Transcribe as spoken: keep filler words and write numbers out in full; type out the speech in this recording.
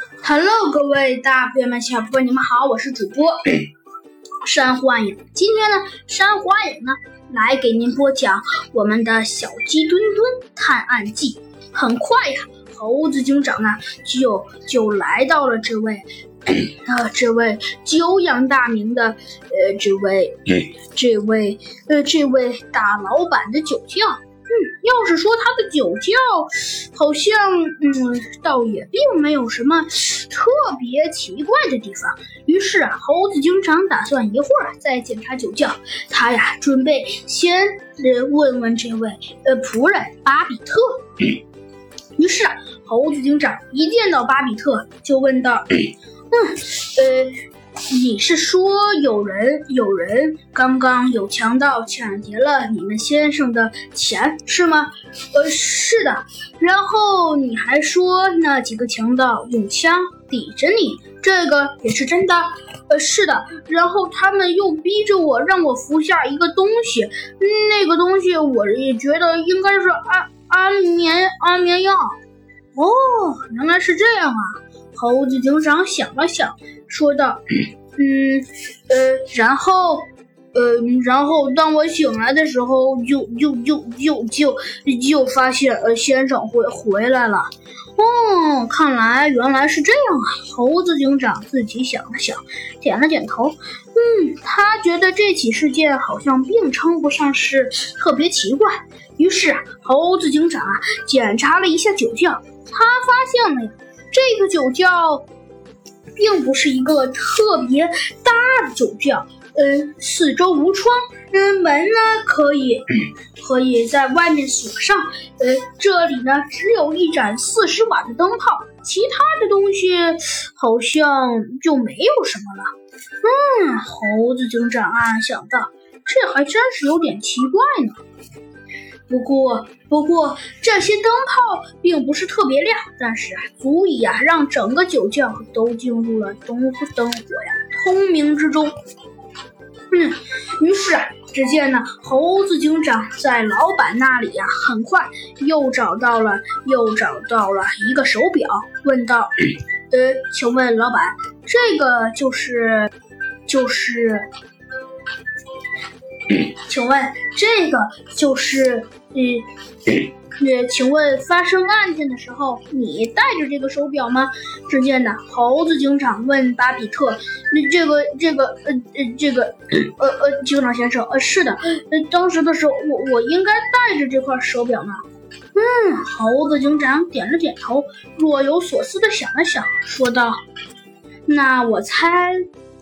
Hello， 各位大朋友们、小朋友们，你们好，我是主播山幻影。今天呢，山幻影呢来给您播讲我们的小鸡墩墩探案记。很快呀，猴子警长呢就就来到了这位呃这位久仰大名的呃这位这位呃这位大老板的酒窖。嗯，要是说他的酒窖，好像嗯，倒也并没有什么特别奇怪的地方。于是啊，猴子警长打算一会儿再检查酒窖。他呀，准备先呃问问这位呃仆人巴比特。于是啊，猴子警长一见到巴比特就问道：“嗯，呃。”你是说有人有人刚刚有强盗抢劫了你们先生的钱是吗？呃，是的。然后你还说那几个强盗用枪抵着你，这个也是真的？呃，是的。然后他们又逼着我让我服下一个东西，那个东西我也觉得应该是安安眠安眠药。哦，原来是这样啊。猴子警长想了想，说道：“嗯，呃，然后，呃，然后当我醒来的时候，就就就就就就发现，呃，先生回回来了。哦，看来原来是这样啊。”猴子警长自己想了想，点了点头。嗯，他觉得这起事件好像并称不上是特别奇怪。于是啊，猴子警长啊检查了一下酒窖，他发现了呀。这个酒窖并不是一个特别大的酒窖，呃，四周无窗，嗯，门呢可以可以在外面锁上，呃，这里呢只有一盏四十瓦的灯泡，其他的东西好像就没有什么了。嗯，猴子警长暗暗想到，这还真是有点奇怪呢。不过，不过这些灯泡并不是特别亮，但是啊，足以啊让整个酒窖都进入了灯灯火呀通明之中。嗯，于是啊，只见呢，猴子警长在老板那里呀、啊，很快又找到了又找到了一个手表，问道：“呃，请问老板，这个就是就是。”请问这个就是呃呃，请问发生案件的时候，你带着这个手表吗？只见呢，猴子警长问巴比特：“那这个这个呃呃这个呃呃，警长先生，呃是的，呃当时的时候我我应该带着这块手表呢。”嗯，猴子警长点了点头，若有所思地想了想，说道：“那我猜